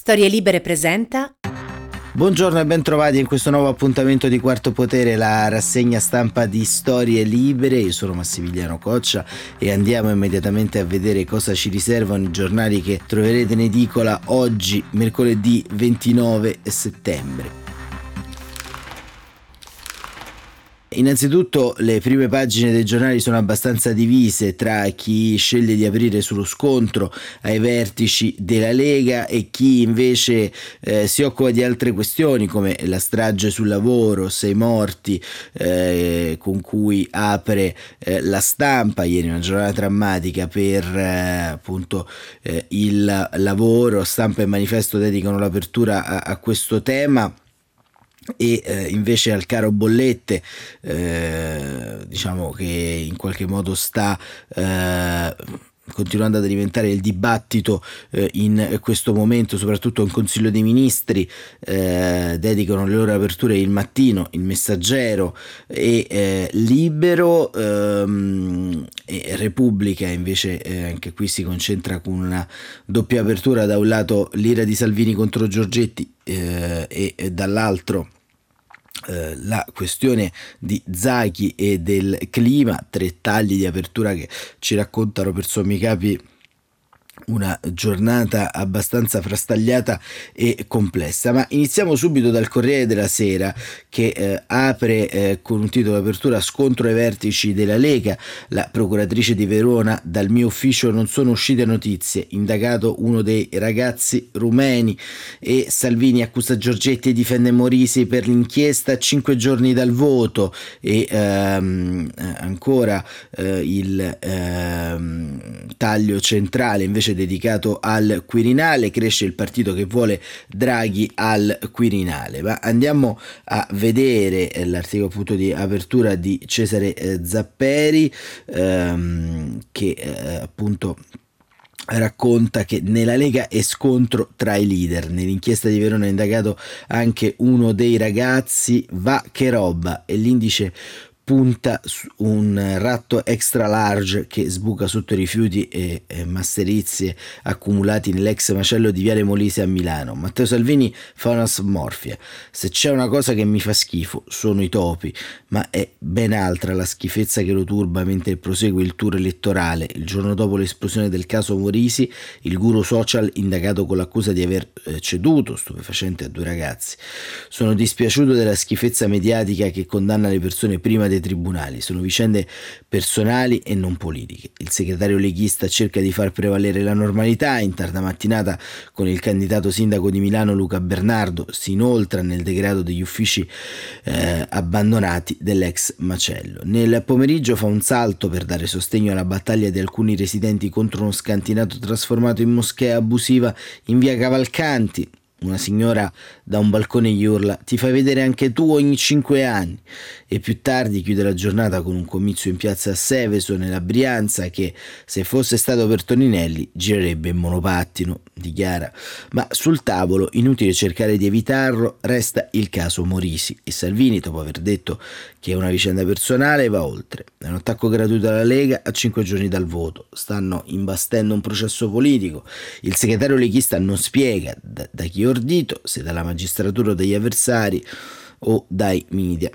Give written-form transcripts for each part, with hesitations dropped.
Storie Libere presenta. Buongiorno e ben trovati in questo nuovo appuntamento di Quarto Potere, la rassegna stampa di Storie Libere. Io sono Massimiliano Coccia e andiamo immediatamente a vedere cosa ci riservano i giornali che troverete in edicola oggi, mercoledì 29 settembre. Innanzitutto le prime pagine dei giornali sono abbastanza divise tra chi sceglie di aprire sullo scontro ai vertici della Lega e chi invece si occupa di altre questioni come la strage sul lavoro, 6 morti, con cui apre la Stampa. Ieri una giornata drammatica per il lavoro. Stampa e Manifesto dedicano l'apertura a questo tema. E invece al caro bollette diciamo che in qualche modo sta continuando ad alimentare il dibattito in questo momento, soprattutto in Consiglio dei Ministri. Dedicano le loro aperture Il Mattino, Il Messaggero e Libero. E Repubblica invece anche qui si concentra con una doppia apertura: da un lato l'ira di Salvini contro Giorgetti e dall'altro la questione di Zaki e del clima. 3 tagli di apertura che ci raccontano per sommi capi una giornata abbastanza frastagliata e complessa. Ma iniziamo subito dal Corriere della Sera, che apre con un titolo d'apertura: scontro ai vertici della Lega, la procuratrice di Verona: dal mio ufficio non sono uscite notizie, indagato uno dei ragazzi rumeni. E Salvini accusa Giorgetti e difende Morisi per l'inchiesta a 5 giorni dal voto. E ancora il taglio centrale invece dedicato al Quirinale: cresce il partito che vuole Draghi al Quirinale. Ma andiamo a vedere l'articolo appunto di apertura di Cesare Zapperi, che appunto racconta che nella Lega è scontro tra i leader. Nell'inchiesta di Verona è indagato anche uno dei ragazzi. Va che roba! E l'indice punta su un ratto extra large che sbuca sotto rifiuti e masserizie accumulati nell'ex macello di Viale Molise a Milano. Matteo Salvini fa una smorfia: se c'è una cosa che mi fa schifo sono i topi, ma è ben altra la schifezza che lo turba mentre prosegue il tour elettorale. Il giorno dopo l'esplosione del caso Morisi, il guru social indagato con l'accusa di aver ceduto stupefacente a 2 ragazzi. Sono dispiaciuto della schifezza mediatica che condanna le persone prima dei tribunali. Sono vicende personali e non politiche. Il segretario leghista cerca di far prevalere la normalità. In tarda mattinata con il candidato sindaco di Milano Luca Bernardo si inoltra nel degrado degli uffici abbandonati dell'ex macello. Nel pomeriggio fa un salto per dare sostegno alla battaglia di alcuni residenti contro uno scantinato trasformato in moschea abusiva in via Cavalcanti. Una signora da un balcone gli urla: ti fai vedere anche tu ogni 5 anni. E più tardi chiude la giornata con un comizio in piazza Seveso nella Brianza che, se fosse stato per Toninelli, girerebbe in monopattino, dichiara. Ma sul tavolo, inutile cercare di evitarlo, resta il caso Morisi. E Salvini, dopo aver detto che è una vicenda personale, va oltre. È un attacco gratuito alla Lega a 5 giorni dal voto. Stanno imbastendo un processo politico. Il segretario leghista non spiega da chi è ordito, se dalla magistratura o dagli avversari o dai media.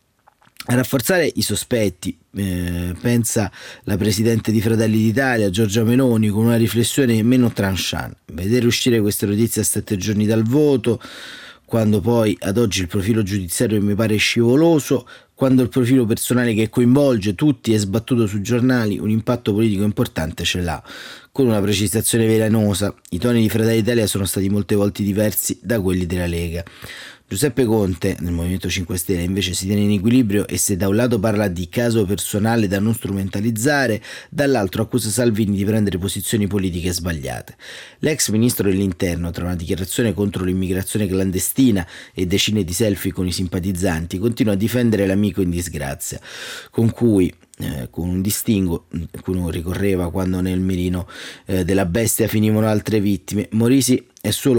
A rafforzare i sospetti pensa la presidente di Fratelli d'Italia Giorgia Meloni con una riflessione meno tranchant: vedere uscire queste notizie a 7 giorni dal voto, quando poi ad oggi il profilo giudiziario mi pare scivoloso, quando il profilo personale che coinvolge tutti è sbattuto sui giornali, un impatto politico importante ce l'ha. Con una precisazione velenosa: i toni di Fratelli d'Italia sono stati molte volte diversi da quelli della Lega. Giuseppe Conte, nel Movimento 5 Stelle, invece si tiene in equilibrio e, se da un lato parla di caso personale da non strumentalizzare, dall'altro accusa Salvini di prendere posizioni politiche sbagliate. L'ex ministro dell'Interno, tra una dichiarazione contro l'immigrazione clandestina e decine di selfie con i simpatizzanti, continua a difendere l'amico in disgrazia, con cui con un distinguo cui non ricorreva quando nel mirino della bestia finivano altre vittime. Morisi è solo uno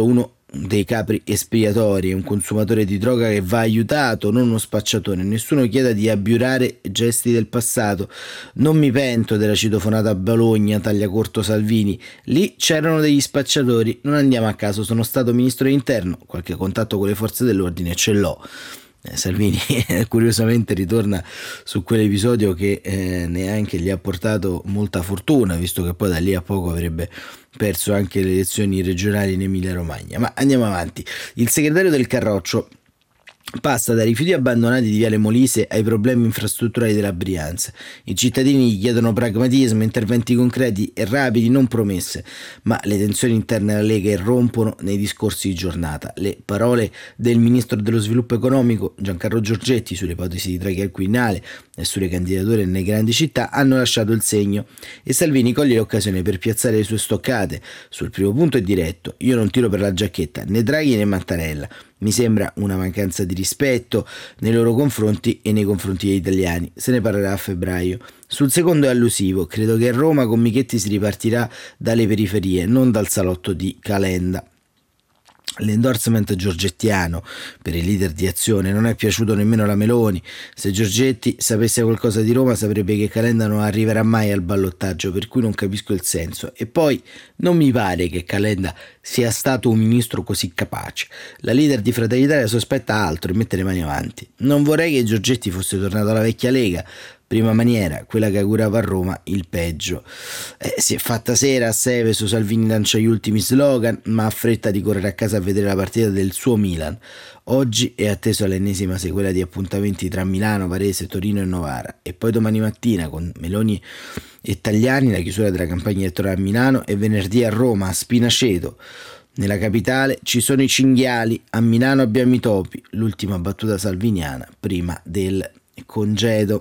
dei capri espiatori, è un consumatore di droga che va aiutato, non uno spacciatore. Nessuno chieda di abiurare gesti del passato. Non mi pento della citofonata a Bologna, taglia corto Salvini. Lì c'erano degli spacciatori, non andiamo a caso, sono stato ministro dell'interno, qualche contatto con le forze dell'ordine ce l'ho. Salvini curiosamente ritorna su quell'episodio che neanche gli ha portato molta fortuna, visto che poi da lì a poco avrebbe perso anche le elezioni regionali in Emilia Romagna. Ma andiamo avanti. Il segretario del Carroccio passa dai rifiuti abbandonati di Viale Molise ai problemi infrastrutturali della Brianza. I cittadini gli chiedono pragmatismo, interventi concreti e rapidi, non promesse, ma le tensioni interne alla Lega irrompono nei discorsi di giornata. Le parole del ministro dello sviluppo economico Giancarlo Giorgetti sulle ipotesi di Draghi al Quirinale e sulle candidature nelle grandi città hanno lasciato il segno e Salvini coglie l'occasione per piazzare le sue stoccate. Sul primo punto è diretto: io non tiro per la giacchetta, né Draghi né Mattarella. Mi sembra una mancanza di rispetto nei loro confronti e nei confronti degli italiani. Se ne parlerà a febbraio. Sul secondo è allusivo. Credo che a Roma con Michetti si ripartirà dalle periferie, non dal salotto di Calenda. L'endorsement giorgettiano per il leader di Azione non è piaciuto nemmeno alla Meloni. Se Giorgetti sapesse qualcosa di Roma saprebbe che Calenda non arriverà mai al ballottaggio, per cui non capisco il senso. E poi non mi pare che Calenda sia stato un ministro così capace. La leader di Fratelli d'Italia sospetta altro e mette le mani avanti. Non vorrei che Giorgetti fosse tornato alla vecchia Lega. Prima maniera, quella che augurava a Roma il peggio. Si è fatta sera a Seveso, Salvini lancia gli ultimi slogan, ma ha fretta di correre a casa a vedere la partita del suo Milan. Oggi è atteso all'ennesima sequela di appuntamenti tra Milano, Varese, Torino e Novara. E poi domani mattina, con Meloni e Tajani, la chiusura della campagna elettorale a Milano, e venerdì a Roma, a Spinaceto. Nella capitale ci sono i cinghiali, a Milano abbiamo i topi. L'ultima battuta salviniana prima del congedo.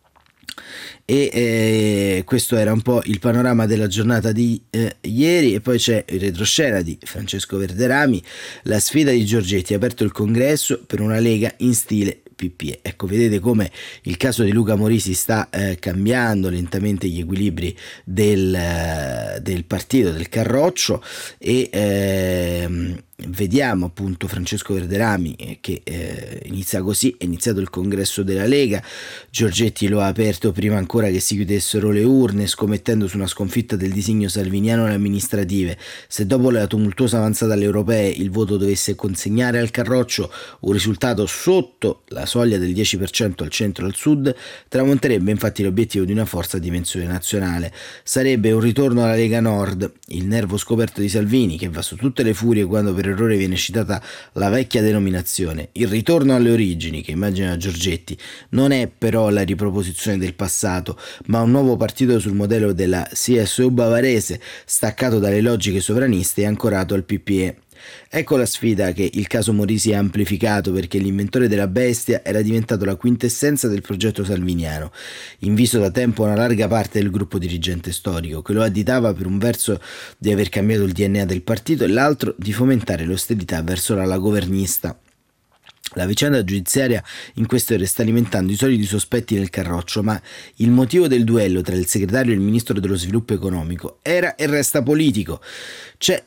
E questo era un po' il panorama della giornata di ieri. E poi c'è il retroscena di Francesco Verderami, la sfida di Giorgetti, ha aperto il congresso per una Lega in stile PPE. Ecco, vedete come il caso di Luca Morisi sta cambiando lentamente gli equilibri del partito del Carroccio e vediamo appunto Francesco Verderami che inizia così: è iniziato il congresso della Lega, Giorgetti lo ha aperto prima ancora che si chiudessero le urne, scommettendo su una sconfitta del disegno salviniano alle amministrative. Se dopo la tumultuosa avanzata alle europee il voto dovesse consegnare al Carroccio un risultato sotto la soglia del 10% al centro e al sud, tramonterebbe infatti l'obiettivo di una forza a dimensione nazionale. Sarebbe un ritorno alla Lega Nord, il nervo scoperto di Salvini, che va su tutte le furie quando per errore viene citata la vecchia denominazione. Il ritorno alle origini, che immagina Giorgetti, non è però la riproposizione del passato, ma un nuovo partito sul modello della CSU bavarese, staccato dalle logiche sovraniste e ancorato al PPE. Ecco la sfida che il caso Morisi ha amplificato, perché l'inventore della bestia era diventato la quintessenza del progetto salviniano, inviso da tempo una larga parte del gruppo dirigente storico, che lo additava per un verso di aver cambiato il DNA del partito e l'altro di fomentare l'ostilità verso l'ala governista. La vicenda giudiziaria in queste ore sta alimentando i soliti sospetti nel Carroccio, ma il motivo del duello tra il segretario e il ministro dello sviluppo economico era e resta politico. Ce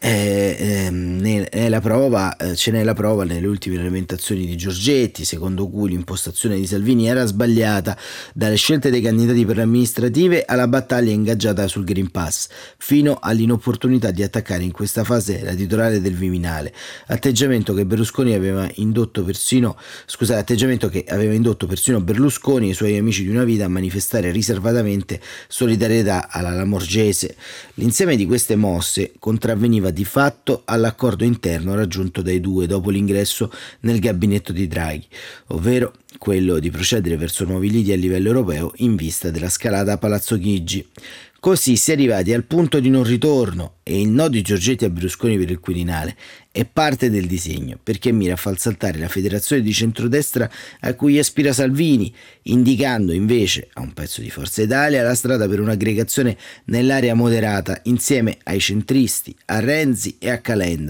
n'è la prova nelle ultime argomentazioni di Giorgetti, secondo cui l'impostazione di Salvini era sbagliata, dalle scelte dei candidati per le amministrative alla battaglia ingaggiata sul Green Pass, fino all'inopportunità di attaccare in questa fase la titolare del Viminale, atteggiamento che aveva indotto persino Berlusconi e i suoi amici di una vita a manifestare riservatamente solidarietà alla Lamorgese. L'insieme di queste mosse contravveniva di fatto all'accordo interno raggiunto dai due dopo l'ingresso nel gabinetto di Draghi, ovvero quello di procedere verso nuovi lidi a livello europeo in vista della scalata a Palazzo Chigi. Così si è arrivati al punto di non ritorno e il no di Giorgetti a Berlusconi per il Quirinale è parte del disegno, perché mira a far saltare la federazione di centrodestra a cui aspira Salvini, indicando invece a un pezzo di Forza Italia la strada per un'aggregazione nell'area moderata insieme ai centristi, a Renzi e a Calenda,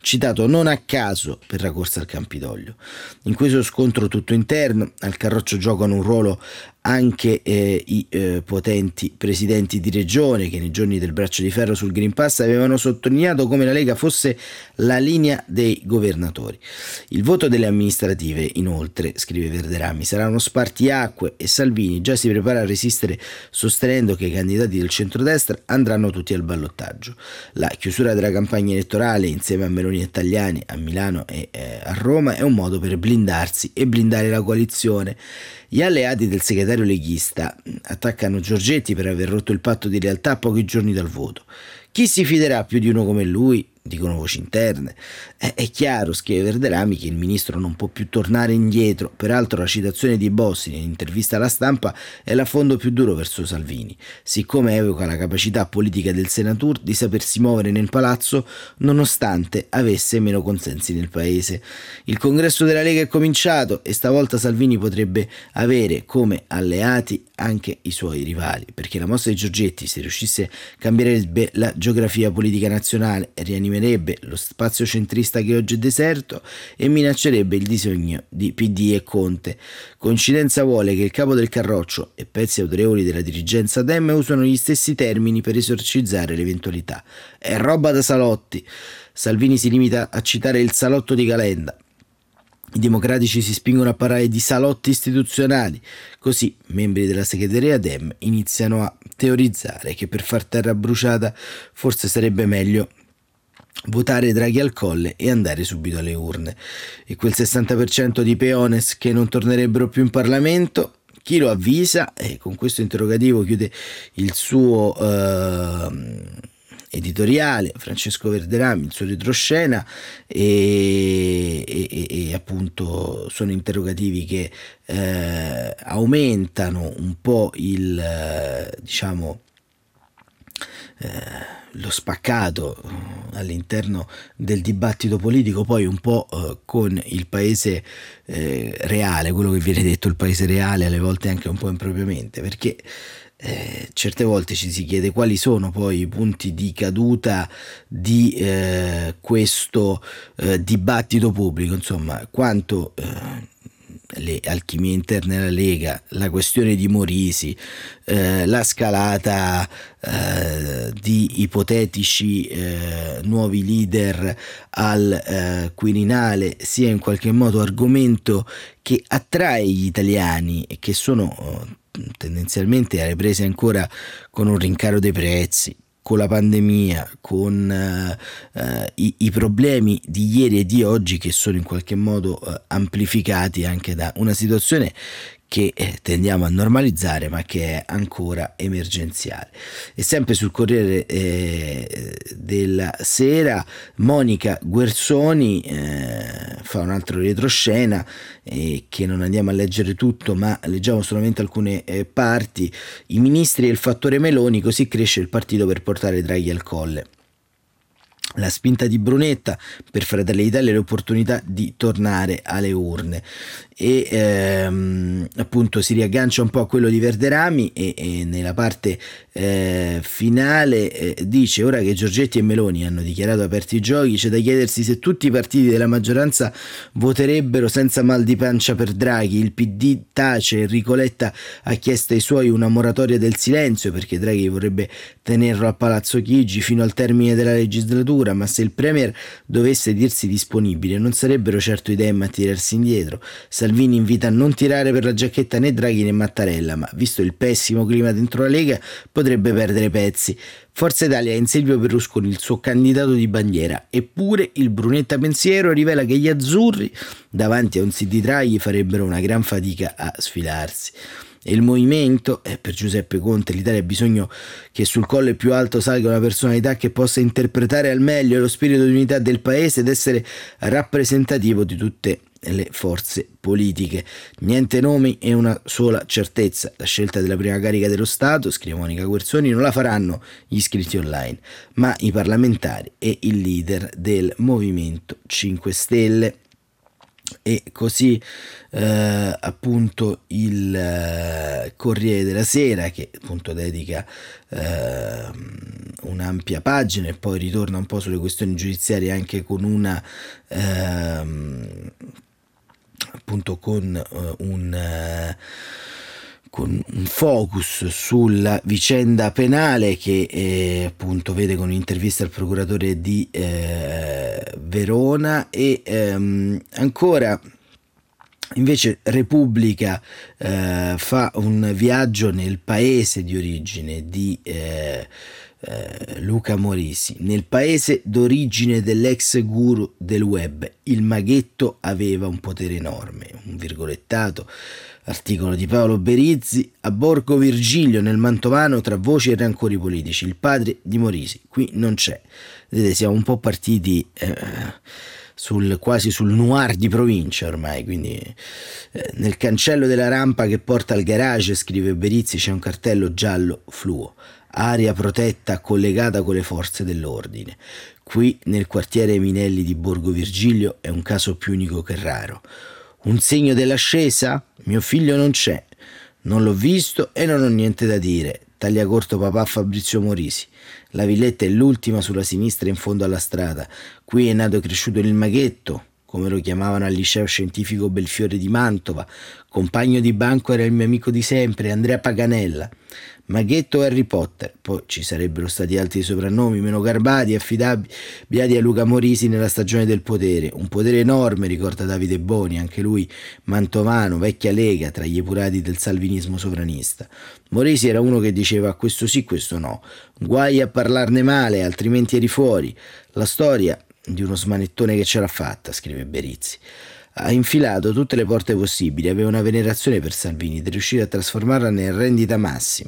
citato non a caso per la corsa al Campidoglio. In questo scontro tutto interno al Carroccio giocano un ruolo anche i potenti presidenti di regione che nei giorni del braccio di ferro sul Green Pass avevano sottolineato come la Lega fosse la linea dei governatori. Il voto delle amministrative, inoltre, scrive Verderami, sarà uno spartiacque e Salvini già si prepara a resistere sostenendo che i candidati del centrodestra andranno tutti al ballottaggio. La chiusura della campagna elettorale insieme a Meloni e Tajani a Milano e a Roma è un modo per blindarsi e blindare la coalizione. Gli alleati del segretario leghista attaccano Giorgetti per aver rotto il patto di lealtà a pochi giorni dal voto. Chi si fiderà più di uno come lui? Dicono voci interne. È chiaro, scrive Verderami, che il ministro non può più tornare indietro. Peraltro la citazione di Bossi nell'intervista alla Stampa è l'affondo più duro verso Salvini, siccome evoca la capacità politica del senatore di sapersi muovere nel palazzo nonostante avesse meno consensi nel paese. Il congresso della Lega è cominciato e stavolta Salvini potrebbe avere come alleati anche i suoi rivali, perché la mossa di Giorgetti, se riuscisse, cambierebbe la geografia politica nazionale, rianimerebbe lo spazio centrista che oggi è deserto e minaccerebbe il disegno di PD e Conte. Coincidenza vuole che il capo del Carroccio e pezzi autorevoli della dirigenza Dem usano gli stessi termini per esorcizzare l'eventualità. È roba da salotti. Salvini si limita a citare il salotto di Calenda. I democratici si spingono a parlare di salotti istituzionali, così membri della segreteria Dem iniziano a teorizzare che per far terra bruciata forse sarebbe meglio votare Draghi al Colle e andare subito alle urne. E quel 60% di peones che non tornerebbero più in Parlamento, chi lo avvisa? E con questo interrogativo chiude il suo editoriale Francesco Verderami, il suo retroscena, e appunto sono interrogativi che aumentano un po' lo spaccato all'interno del dibattito politico, poi un po' con il paese reale, quello che viene detto il paese reale, alle volte anche un po' impropriamente, perché certe volte ci si chiede quali sono poi i punti di caduta di questo dibattito pubblico, insomma, quanto le alchimie interne alla Lega, la questione di Morisi, la scalata di ipotetici nuovi leader al Quirinale sia in qualche modo argomento che attrae gli italiani e che sono tendenzialmente alle prese ancora con un rincaro dei prezzi, con la pandemia, con i problemi di ieri e di oggi che sono in qualche modo amplificati anche da una situazione che tendiamo a normalizzare ma che è ancora emergenziale. E sempre sul Corriere della Sera Monica Guerzoni fa un altro retroscena che non andiamo a leggere tutto ma leggiamo solamente alcune parti. I ministri e il fattore Meloni, così cresce il partito per portare Draghi al Colle. La spinta di Brunetta per Fratelli d'Italia e l'opportunità di tornare alle urne. E appunto si riaggancia un po' a quello di Verderami e nella parte finale dice: ora che Giorgetti e Meloni hanno dichiarato aperti i giochi, c'è da chiedersi se tutti i partiti della maggioranza voterebbero senza mal di pancia per Draghi. Il PD tace, Enrico Letta ha chiesto ai suoi una moratoria del silenzio perché Draghi vorrebbe tenerlo a Palazzo Chigi fino al termine della legislatura, ma se il Premier dovesse dirsi disponibile non sarebbero certo idee a tirarsi indietro. Salvini invita a non tirare per la giacchetta né Draghi né Mattarella, ma visto il pessimo clima dentro la Lega potrebbe perdere pezzi. Forza Italia ha in Silvio Berlusconi il suo candidato di bandiera, eppure il Brunetta pensiero rivela che gli azzurri davanti a un sì di Draghi farebbero una gran fatica a sfilarsi. E il movimento, per Giuseppe Conte, l'Italia ha bisogno che sul colle più alto salga una personalità che possa interpretare al meglio lo spirito di unità del paese ed essere rappresentativo di tutte le forze politiche. Niente nomi e una sola certezza: la scelta della prima carica dello Stato, scrive Monica Guerzoni, non la faranno gli iscritti online, ma i parlamentari e il leader del Movimento 5 Stelle. E così appunto il Corriere della Sera, che appunto dedica un'ampia pagina e poi ritorna un po' sulle questioni giudiziarie anche con una appunto con un focus sulla vicenda penale che appunto vede con un'intervista al procuratore di Verona. E ancora invece Repubblica fa un viaggio nel paese di origine di Luca Morisi, nel paese d'origine dell'ex guru del web. Il maghetto aveva un potere enorme, un virgolettato articolo di Paolo Berizzi. A Borgo Virgilio nel Mantovano, tra voci e rancori politici, il padre di Morisi qui non c'è. Vedete, siamo un po' partiti quasi sul noir di provincia ormai, quindi nel cancello della rampa che porta al garage, scrive Berizzi, c'è un cartello giallo fluo, area protetta collegata con le forze dell'ordine. Qui nel quartiere Minelli di Borgo Virgilio è un caso più unico che raro. Un segno dell'ascesa? Mio figlio non c'è, non l'ho visto e non ho niente da dire. Taglia corto papà Fabrizio Morisi. La villetta è l'ultima sulla sinistra in fondo alla strada. Qui è nato e cresciuto il maghetto, come lo chiamavano al liceo scientifico Belfiore di Mantova. Compagno di banco era il mio amico di sempre, Andrea Paganella. Maghetto e Harry Potter, poi ci sarebbero stati altri soprannomi meno garbati e affidabili a Luca Morisi nella stagione del potere. Un potere enorme, ricorda Davide Boni, anche lui mantovano, vecchia lega, tra gli epurati del salvinismo sovranista. Morisi era uno che diceva questo sì, questo no, guai a parlarne male, altrimenti eri fuori. La storia di uno smanettone che ce l'ha fatta, scrive Berizzi. Ha infilato tutte le porte possibili, aveva una venerazione per Salvini, di riuscire a trasformarla nella rendita massima.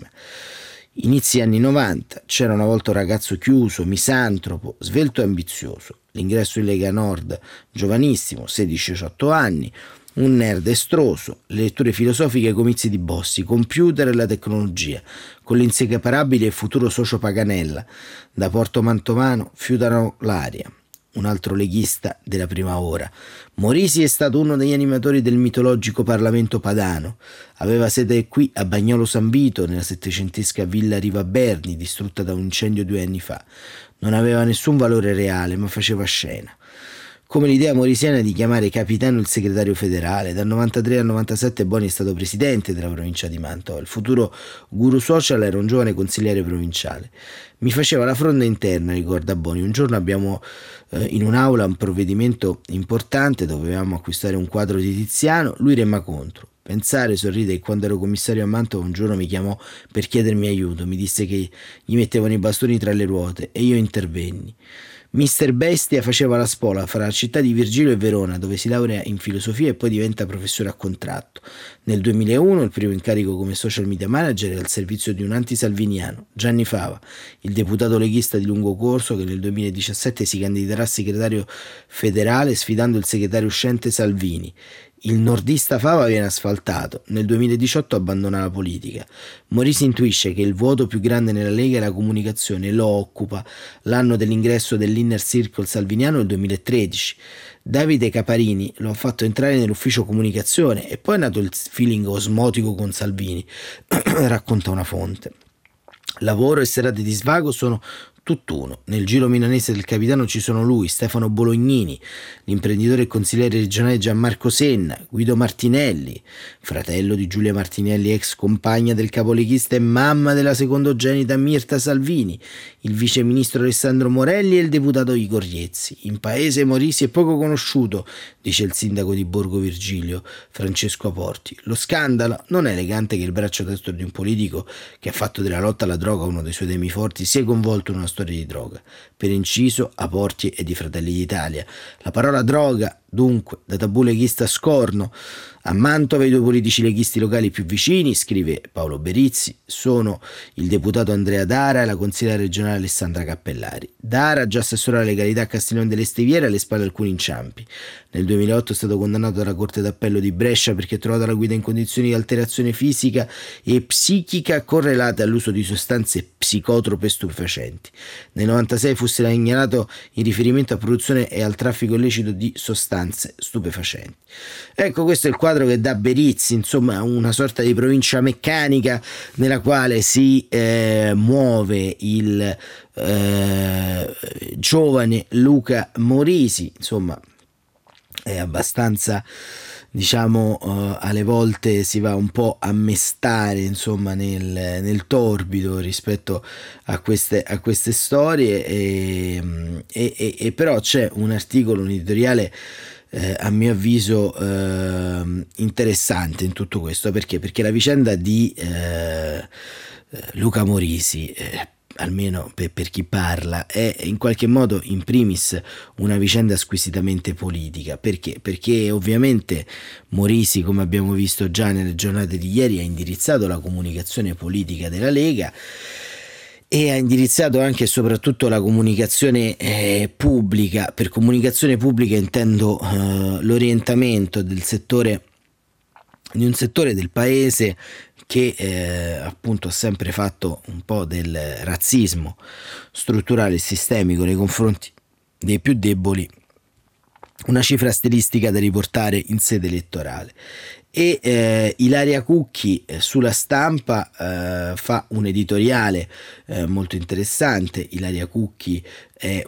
Inizi anni 90, c'era una volta un ragazzo chiuso, misantropo, svelto e ambizioso. L'ingresso in Lega Nord, giovanissimo, 16-18 anni, un nerd estroso, le letture filosofiche ai comizi di Bossi, computer e la tecnologia, con l'inseparabile e futuro socio Paganella. Da Porto Mantovano fiutano l'aria. Un altro leghista della prima ora. Morisi è stato uno degli animatori del mitologico Parlamento padano. Aveva sede qui a Bagnolo San Vito, nella settecentesca villa Riva Berni, distrutta da un incendio 2 anni fa. Non aveva nessun valore reale, ma faceva scena. Come l'idea morisiana di chiamare capitano il segretario federale. Dal 93 al 97 Boni è stato presidente della provincia di Mantova. Il futuro guru social era un giovane consigliere provinciale. Mi faceva la fronda interna, ricorda Boni. Un giorno abbiamo in un'aula un provvedimento importante, dovevamo acquistare un quadro di Tiziano, lui rema contro. Pensare, sorride, che quando ero commissario a Mantova un giorno mi chiamò per chiedermi aiuto, mi disse che gli mettevano i bastoni tra le ruote e io intervenni. Mister Bestia faceva la spola fra la città di Virgilio e Verona, dove si laurea in filosofia e poi diventa professore a contratto. Nel 2001 il primo incarico come social media manager è al servizio di un antisalviniano, Gianni Fava, il deputato leghista di lungo corso che nel 2017 si candiderà a segretario federale sfidando il segretario uscente Salvini. Il nordista Fava viene asfaltato, nel 2018 abbandona la politica. Morisi intuisce che il vuoto più grande nella Lega è la comunicazione, lo occupa. L'anno dell'ingresso dell'Inner Circle salviniano è il 2013. Davide Caparini lo ha fatto entrare nell'ufficio comunicazione e poi è nato il feeling osmotico con Salvini, racconta una fonte. Lavoro e serate di svago sono tutt'uno. Nel giro milanese del capitano ci sono lui, Stefano Bolognini, l'imprenditore e consigliere regionale Gianmarco Senna, Guido Martinelli, fratello di Giulia Martinelli, ex compagna del capoleghista e mamma della secondogenita Mirta Salvini, il viceministro Alessandro Morelli e il deputato Igor Iezzi. In paese Morisi è poco conosciuto, dice il sindaco di Borgo Virgilio, Francesco Aporti. Lo scandalo non è elegante che il braccio destro di un politico che ha fatto della lotta alla droga uno dei suoi temi forti sia coinvolto in una storia di droga. Per inciso, Aporti e di Fratelli d'Italia. La parola droga, dunque, da tabù leghista scorno. A Mantova i due politici leghisti locali più vicini, scrive Paolo Berizzi, sono il deputato Andrea Dara e la consigliera regionale Alessandra Cappellari. Dara, già assessore alla legalità a Castiglione delle Stiviere, alle spalle alcuni inciampi. Nel 2008 è stato condannato dalla Corte d'Appello di Brescia perché è trovato alla guida in condizioni di alterazione fisica e psichica correlate all'uso di sostanze psicotrope stupefacenti. Nel 1996 fu segnalato in riferimento a produzione e al traffico illecito di sostanze sostanze stupefacenti. Ecco, questo è il quadro che dà Berizzi, insomma una sorta di provincia meccanica nella quale si muove il giovane Luca Morisi. Insomma, è abbastanza, diciamo, alle volte si va un po' a mestare, insomma, nel torbido rispetto a queste storie, e però c'è un articolo, un editoriale a mio avviso interessante in tutto questo. Perché la vicenda di Luca Morisi, almeno per chi parla, è in qualche modo in primis una vicenda squisitamente politica. Perché ovviamente Morisi, come abbiamo visto già nelle giornate di ieri, ha indirizzato la comunicazione politica della Lega e ha indirizzato anche e soprattutto la comunicazione pubblica. Per comunicazione pubblica intendo l'orientamento di un settore del paese che appunto ha sempre fatto un po' del razzismo strutturale e sistemico nei confronti dei più deboli una cifra stilistica da riportare in sede elettorale. E Ilaria Cucchi sulla Stampa fa un editoriale molto interessante. Ilaria Cucchi è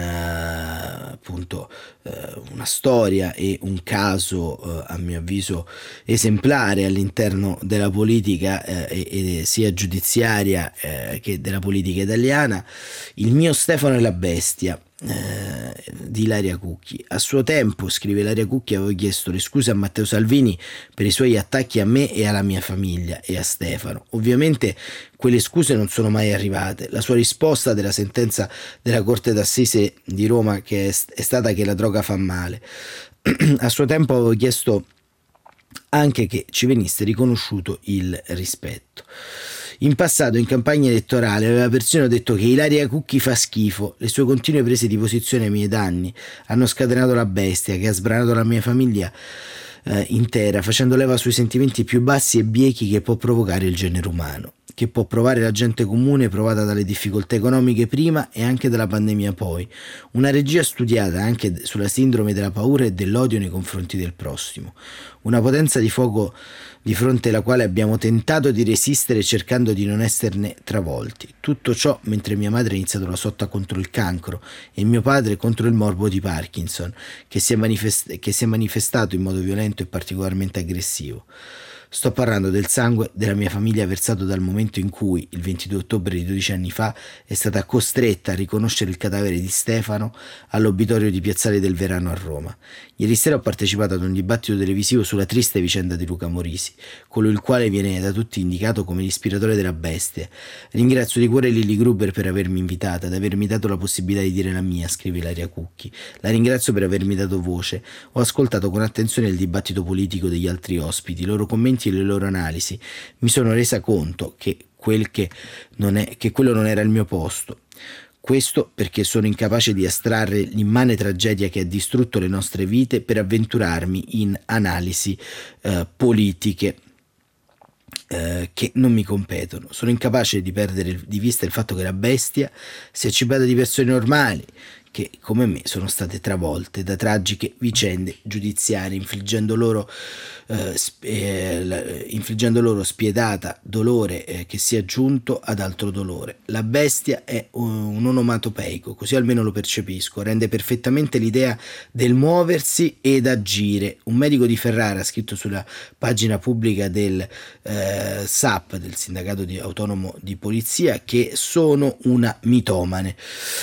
appunto una storia e un caso a mio avviso esemplare all'interno della politica e sia giudiziaria che della politica italiana. Il mio Stefano è la bestia di Ilaria Cucchi. A suo tempo, scrive Ilaria Cucchi, avevo chiesto le scuse a Matteo Salvini per i suoi attacchi a me e alla mia famiglia e a Stefano. Ovviamente quelle scuse non sono mai arrivate. La sua risposta della sentenza della Corte d'Assise di Roma che è stata che la droga fa male. A suo tempo avevo chiesto anche che ci venisse riconosciuto il rispetto. In passato, in campagna elettorale, aveva persino detto che Ilaria Cucchi fa schifo. Le sue continue prese di posizione ai miei danni hanno scatenato la bestia che ha sbranato la mia famiglia intera, facendo leva sui sentimenti più bassi e biechi che può provocare il genere umano, che può provare la gente comune provata dalle difficoltà economiche prima e anche dalla pandemia poi. Una regia studiata anche sulla sindrome della paura e dell'odio nei confronti del prossimo. Una potenza di fuoco di fronte alla quale abbiamo tentato di resistere cercando di non esserne travolti. Tutto ciò mentre mia madre ha iniziato la lotta contro il cancro e mio padre contro il morbo di Parkinson, che si è manifestato in modo violento e particolarmente aggressivo. Sto parlando del sangue della mia famiglia versato dal momento in cui, il 22 ottobre di 12 anni fa, è stata costretta a riconoscere il cadavere di Stefano all'obitorio di Piazzale del Verano a Roma. Ieri sera ho partecipato ad un dibattito televisivo sulla triste vicenda di Luca Morisi, colui il quale viene da tutti indicato come l'ispiratore della bestia. Ringrazio di cuore Lily Gruber per avermi invitata, ad avermi dato la possibilità di dire la mia, scrive Ilaria Cucchi. La ringrazio per avermi dato voce. Ho ascoltato con attenzione il dibattito politico degli altri ospiti, i loro commenti e le loro analisi. Mi sono resa conto che quello non era il mio posto. Questo perché sono incapace di astrarre l'immane tragedia che ha distrutto le nostre vite per avventurarmi in analisi politiche che non mi competono. Sono incapace di perdere di vista il fatto che la bestia sia cibata di persone normali che, come me, sono state travolte da tragiche vicende giudiziarie, infliggendo loro spietata dolore che si è aggiunto ad altro dolore. La bestia è un onomatopeico, così almeno lo percepisco, rende perfettamente l'idea del muoversi ed agire. Un medico di Ferrara ha scritto sulla pagina pubblica del SAP, del sindacato autonomo di polizia, che sono una mitomane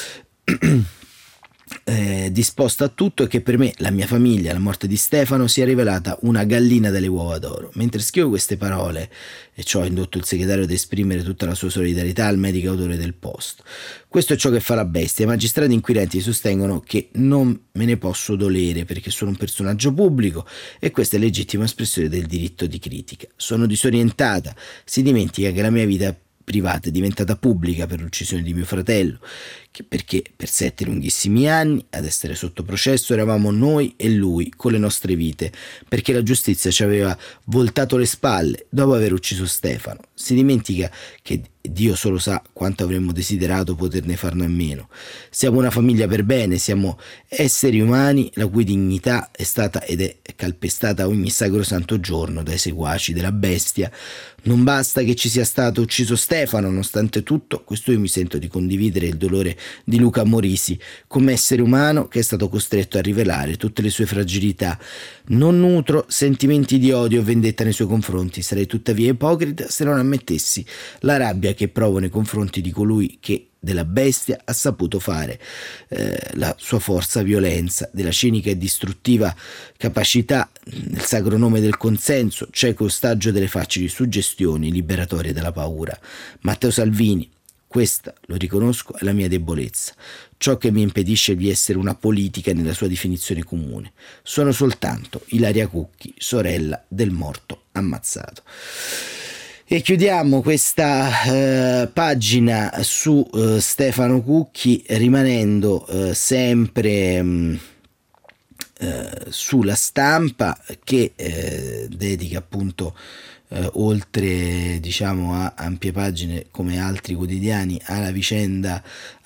disposta a tutto, e che per me, la mia famiglia, la morte di Stefano sia rivelata una gallina dalle uova d'oro. Mentre scrivo queste parole, e ciò ha indotto il segretario ad esprimere tutta la sua solidarietà al medico autore del post. Questo è ciò che fa la bestia. I magistrati inquirenti sostengono che non me ne posso dolere perché sono un personaggio pubblico e questa è legittima espressione del diritto di critica. Sono disorientata, si dimentica che la mia vita privata è diventata pubblica per l'uccisione di mio fratello, perché per 7 lunghissimi anni ad essere sotto processo eravamo noi e lui con le nostre vite, perché la giustizia ci aveva voltato le spalle dopo aver ucciso Stefano. Si dimentica che Dio solo sa quanto avremmo desiderato poterne farne a meno. Siamo una famiglia per bene, siamo esseri umani la cui dignità è stata ed è calpestata ogni sacrosanto giorno dai seguaci della bestia. Non basta che ci sia stato ucciso Stefano, nonostante tutto, questo io mi sento di condividere il dolore di Luca Morisi come essere umano che è stato costretto a rivelare tutte le sue fragilità. Non nutro sentimenti di odio o vendetta nei suoi confronti, sarei tuttavia ipocrita se non ammettessi la rabbia che provo nei confronti di colui che della bestia ha saputo fare la sua forza violenza, della cinica e distruttiva capacità nel sacro nome del consenso, cieco ostaggio delle facili suggestioni liberatorie della paura. Matteo Salvini, questa, lo riconosco, è la mia debolezza, ciò che mi impedisce di essere una politica nella sua definizione comune. Sono soltanto Ilaria Cucchi, sorella del morto ammazzato. E chiudiamo questa pagina su Stefano Cucchi rimanendo sempre sulla Stampa, che dedica appunto oltre diciamo a ampie pagine come altri quotidiani alla vicenda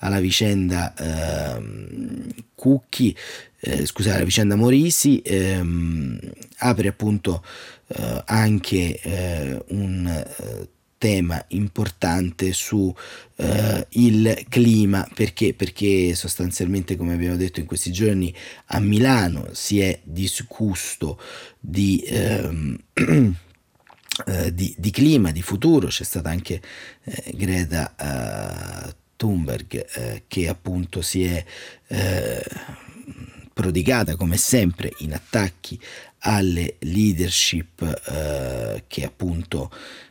Cucchi, scusate, la vicenda Morisi, apre appunto anche un tema importante su il clima, perché sostanzialmente, come abbiamo detto in questi giorni, a Milano si è discusso di clima, di futuro. C'è stata anche Greta Thunberg che appunto si è prodigata come sempre in attacchi alle leadership che appunto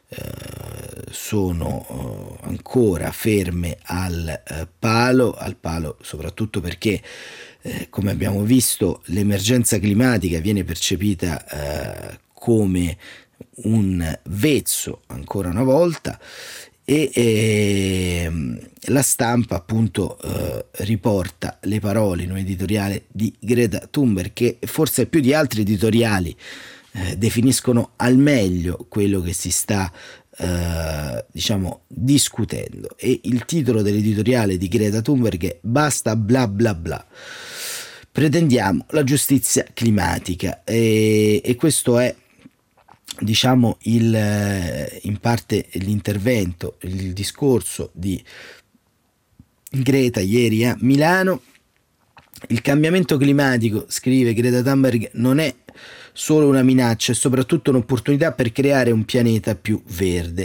sono ancora ferme al palo soprattutto perché come abbiamo visto l'emergenza climatica viene percepita come un vezzo ancora una volta e la Stampa appunto riporta le parole in un editoriale di Greta Thunberg che forse più di altri editoriali definiscono al meglio quello che si sta diciamo discutendo, e il titolo dell'editoriale di Greta Thunberg è "Basta bla bla bla, pretendiamo la giustizia climatica", e questo è diciamo in parte l'intervento, il discorso di Greta ieri a Milano. Il cambiamento climatico, scrive Greta Thunberg, non è solo una minaccia, è soprattutto un'opportunità per creare un pianeta più verde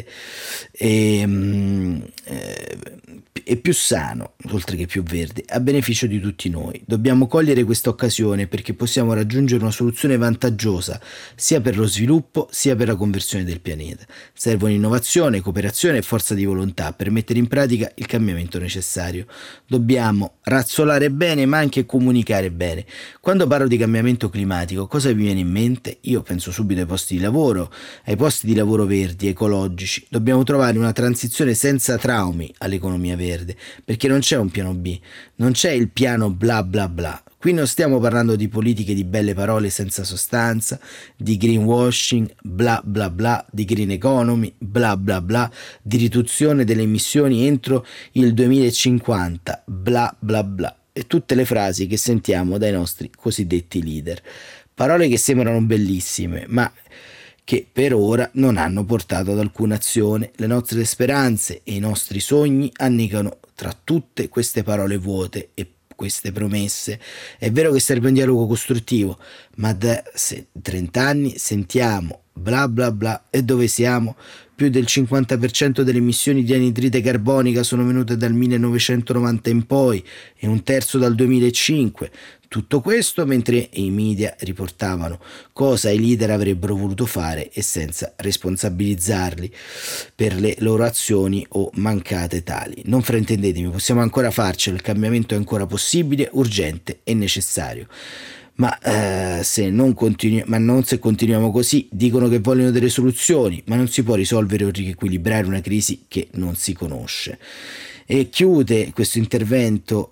e più sano, oltre che più verde, a beneficio di tutti noi. Dobbiamo cogliere questa occasione perché possiamo raggiungere una soluzione vantaggiosa sia per lo sviluppo sia per la conversione del pianeta. Servono innovazione, cooperazione e forza di volontà per mettere in pratica il cambiamento necessario. Dobbiamo razzolare bene ma anche comunicare bene. Quando parlo di cambiamento climatico, cosa vi viene in mente? Io penso subito ai posti di lavoro verdi, ecologici. Dobbiamo trovare una transizione senza traumi all'economia verde, perché non c'è un piano B, non c'è il piano bla bla bla. Qui non stiamo parlando di politiche di belle parole senza sostanza, di greenwashing, bla bla bla, di green economy, bla bla bla, di riduzione delle emissioni entro il 2050, bla bla bla. E tutte le frasi che sentiamo dai nostri cosiddetti leader. Parole che sembrano bellissime, ma che per ora non hanno portato ad alcuna azione. Le nostre speranze e i nostri sogni annegano tra tutte queste parole vuote e queste promesse. È vero che serve un dialogo costruttivo, ma da 30 anni sentiamo bla bla bla, e dove siamo? Più del 50% delle emissioni di anidride carbonica sono venute dal 1990 in poi e un terzo dal 2005. Tutto questo mentre i media riportavano cosa i leader avrebbero voluto fare e senza responsabilizzarli per le loro azioni o mancate tali. Non fraintendetemi, possiamo ancora farcela, il cambiamento è ancora possibile, urgente e necessario. Ma se continuiamo così. Dicono che vogliono delle soluzioni, ma non si può risolvere o riequilibrare una crisi che non si conosce. E chiude questo intervento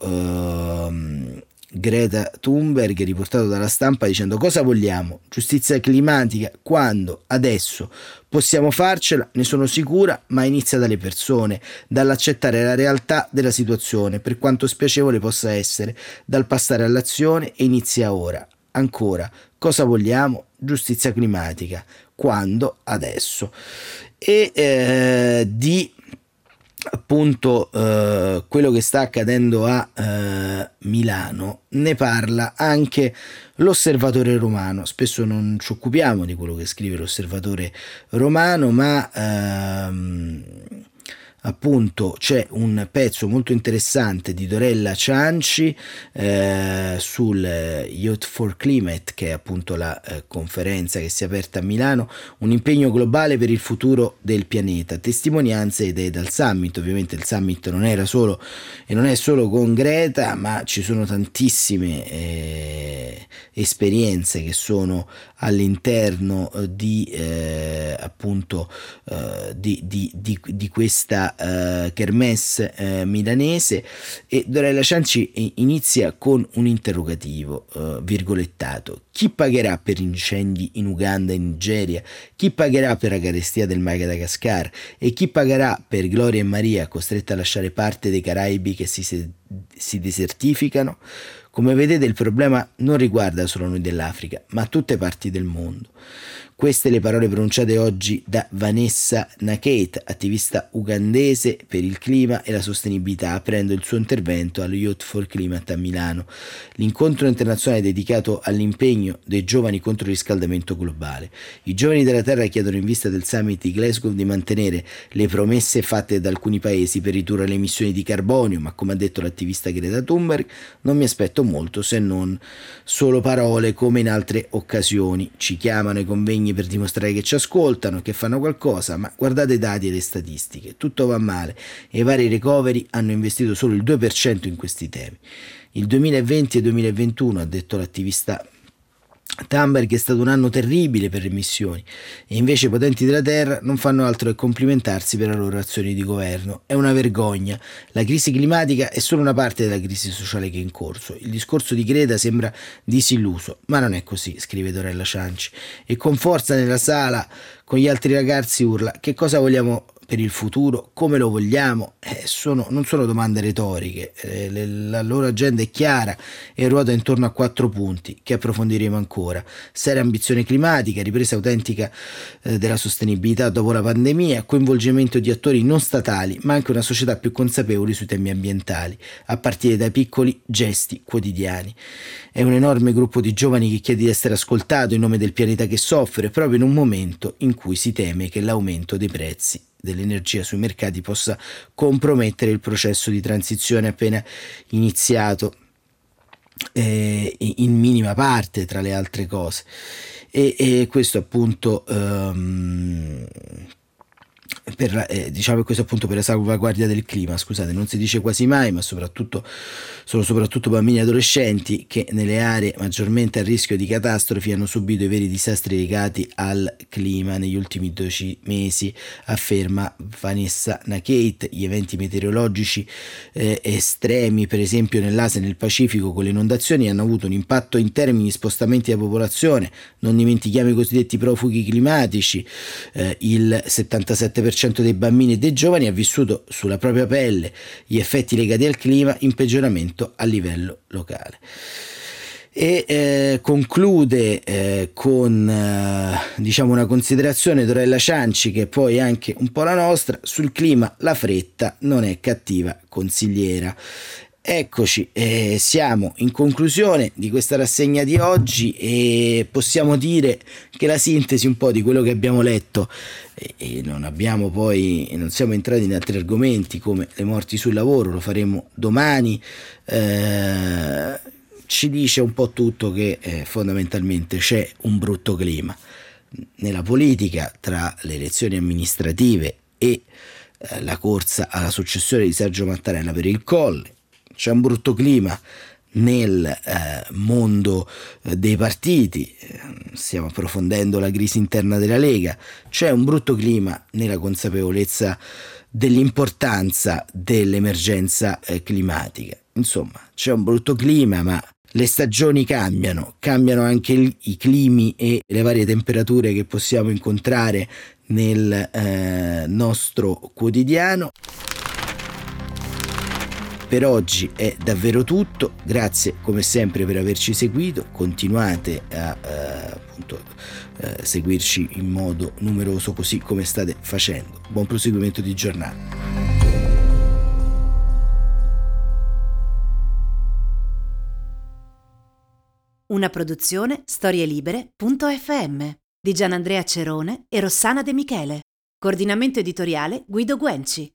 Greta Thunberg, riportato dalla stampa, dicendo: cosa vogliamo? Giustizia climatica? Quando? Adesso. Possiamo farcela, ne sono sicura, ma inizia dalle persone, dall'accettare la realtà della situazione, per quanto spiacevole possa essere, dal passare all'azione, e inizia ora. Ancora, cosa vogliamo? Giustizia climatica. Quando? Adesso. E di appunto quello che sta accadendo a Milano ne parla anche l'Osservatore Romano. Spesso non ci occupiamo di quello che scrive l'Osservatore Romano, ma appunto c'è un pezzo molto interessante di Dorella Cianci sul Youth for Climate, che è appunto la conferenza che si è aperta a Milano, un impegno globale per il futuro del pianeta, testimonianze e idee dal summit. Ovviamente il summit non era solo e non è solo con Greta, ma ci sono tantissime esperienze che sono all'interno di appunto di questa kermesse milanese. E Dorella Cianci inizia con un interrogativo virgolettato: chi pagherà per incendi in Uganda e in Nigeria? Chi pagherà per la carestia del Madagascar? E chi pagherà per Gloria e Maria, costretta a lasciare parte dei Caraibi che si desertificano? Come vedete, il problema non riguarda solo noi dell'Africa, ma tutte parti del mondo. Queste le parole pronunciate oggi da Vanessa Nakate, attivista ugandese per il clima e la sostenibilità, aprendo il suo intervento allo Youth for Climate a Milano, l'incontro internazionale dedicato all'impegno dei giovani contro il riscaldamento globale. I giovani della Terra chiedono, in vista del summit di Glasgow, di mantenere le promesse fatte da alcuni paesi per ridurre le emissioni di carbonio, ma come ha detto l'attivista Greta Thunberg, non mi aspetto molto, se non solo parole come in altre occasioni. Ci chiamano ai convegni per dimostrare che ci ascoltano, che fanno qualcosa, ma guardate i dati e le statistiche, tutto va male e i vari recovery hanno investito solo il 2% in questi temi. Il 2020 e 2021, ha detto l'attivista Thunberg, è stato un anno terribile per le emissioni, e invece i potenti della Terra non fanno altro che complimentarsi per le loro azioni di governo. È una vergogna. La crisi climatica è solo una parte della crisi sociale che è in corso. Il discorso di Greta sembra disilluso, ma non è così, scrive Dorella Cianci, e con forza nella sala con gli altri ragazzi urla: che cosa vogliamo per il futuro? Come lo vogliamo? Non sono domande retoriche, la loro agenda è chiara e ruota intorno a 4 punti che approfondiremo ancora: seria ambizione climatica, ripresa autentica della sostenibilità dopo la pandemia, coinvolgimento di attori non statali, ma anche una società più consapevole sui temi ambientali, a partire dai piccoli gesti quotidiani. È un enorme gruppo di giovani che chiede di essere ascoltato in nome del pianeta che soffre, proprio in un momento in cui si teme che l'aumento dei prezzi dell'energia sui mercati possa compromettere il processo di transizione appena iniziato, in minima parte tra le altre cose. E questo appunto diciamo questo appunto per la salvaguardia del clima. Scusate, non si dice quasi mai, ma sono soprattutto bambini e adolescenti che nelle aree maggiormente a rischio di catastrofi hanno subito i veri disastri legati al clima negli ultimi 12 mesi, afferma Vanessa Nakate. Gli eventi meteorologici estremi, per esempio nell'Asia e nel Pacifico con le inondazioni, hanno avuto un impatto in termini di spostamenti della popolazione. Non dimentichiamo i cosiddetti profughi climatici. Il 77% dei bambini e dei giovani ha vissuto sulla propria pelle gli effetti legati al clima in peggioramento a livello locale. E conclude con diciamo una considerazione Dorella Cianci, che è poi anche un po' la nostra: sul clima la fretta non è cattiva consigliera. Eccoci, siamo in conclusione di questa rassegna di oggi e possiamo dire che la sintesi un po' di quello che abbiamo letto, e non siamo entrati in altri argomenti come le morti sul lavoro, lo faremo domani, ci dice un po' tutto, che fondamentalmente c'è un brutto clima nella politica tra le elezioni amministrative e la corsa alla successione di Sergio Mattarella per il Colle. C'è un brutto clima nel mondo dei partiti, stiamo approfondendo la crisi interna della Lega. C'è un brutto clima nella consapevolezza dell'importanza dell'emergenza climatica. Insomma, c'è un brutto clima, ma le stagioni cambiano anche i climi e le varie temperature che possiamo incontrare nel nostro quotidiano. Per oggi è davvero tutto, grazie come sempre per averci seguito, continuate a seguirci in modo numeroso così come state facendo. Buon proseguimento di giornata. Una produzione storielibere.fm di Gianandrea Cerone e Rossana De Michele. Coordinamento editoriale Guido Guenci.